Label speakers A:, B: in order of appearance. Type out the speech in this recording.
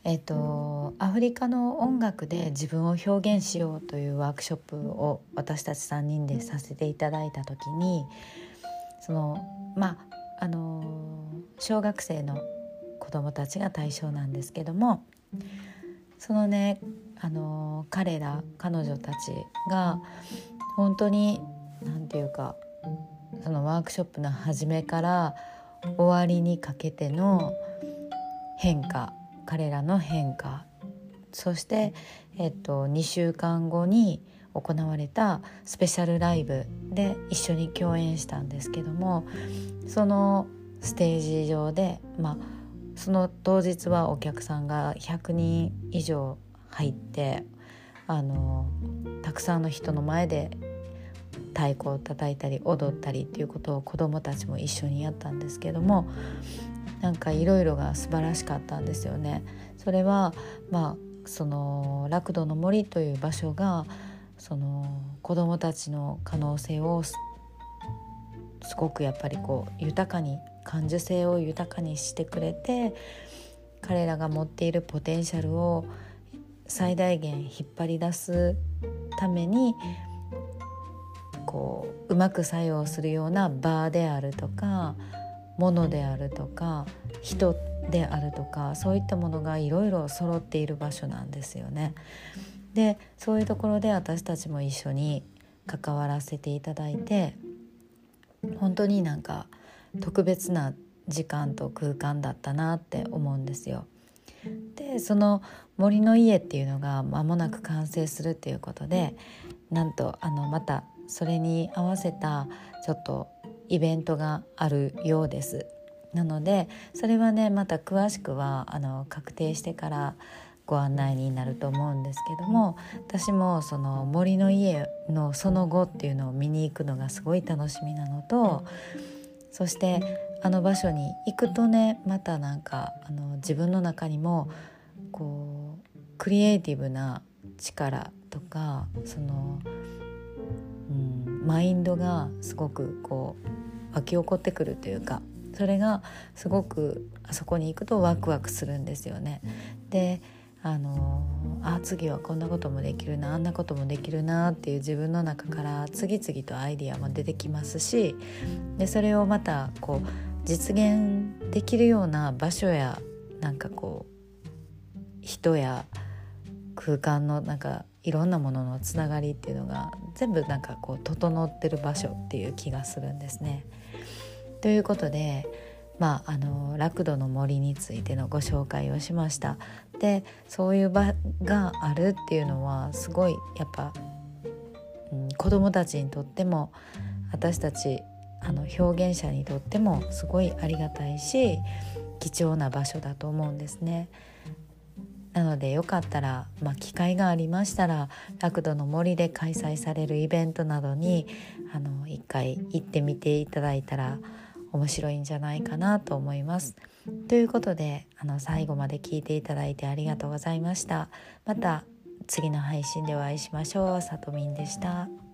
A: アフリカの音楽で自分を表現しようというワークショップを私たち3人でさせていただいた時に、小学生の子どもたちが対象なんですけども、彼女たちが本当にそのワークショップの始めから終わりにかけての彼らの変化、そして、2週間後に行われたスペシャルライブで一緒に共演したんですけども、そのステージ上で、その当日はお客さんが100人以上入って、たくさんの人の前で太鼓を叩いたり踊ったりっていうことを子どもたちも一緒にやったんですけども、いろいろが素晴らしかったんですよね。それはそのラクドの森という場所がその子どもたちの可能性をすごくやっぱり豊かに、感受性を豊かにしてくれて、彼らが持っているポテンシャルを最大限引っ張り出すためにうまく作用するような場であるとか、物であるとか、人であるとか、そういったものがいろいろ揃っている場所なんですよね。で、そういうところで私たちも一緒に関わらせていただいて、本当に特別な時間と空間だったなって思うんですよ。で、その森の家っていうのが間もなく完成するっていうことで、なんとまたそれに合わせたちょっとイベントがあるようです。なのでそれはね、また詳しくは確定してからご案内になると思うんですけども、私もその森の家のその後っていうのを見に行くのがすごい楽しみなのと、そして場所に行くとね、また自分の中にもクリエイティブな力とか、マインドがすごく湧き起こってくるというか、それがすごくあそこに行くとワクワクするんですよね。で、次はこんなこともできるな、あんなこともできるなっていう自分の中から次々とアイディアも出てきますし、でそれをまた実現できるような場所や人や空間のいろんなもののつながりっていうのが全部整ってる場所っていう気がするんですね。ということで、ラクドの森についてのご紹介をしました。で、そういう場があるっていうのはすごいやっぱ、子どもたちにとっても私たち表現者にとってもすごいありがたいし貴重な場所だと思うんですね。なのでよかったら、機会がありましたらラクドの森で開催されるイベントなどに一回行ってみていただいたら面白いんじゃないかなと思います。ということで最後まで聞いていただいてありがとうございました。また次の配信でお会いしましょう。さとみんでした。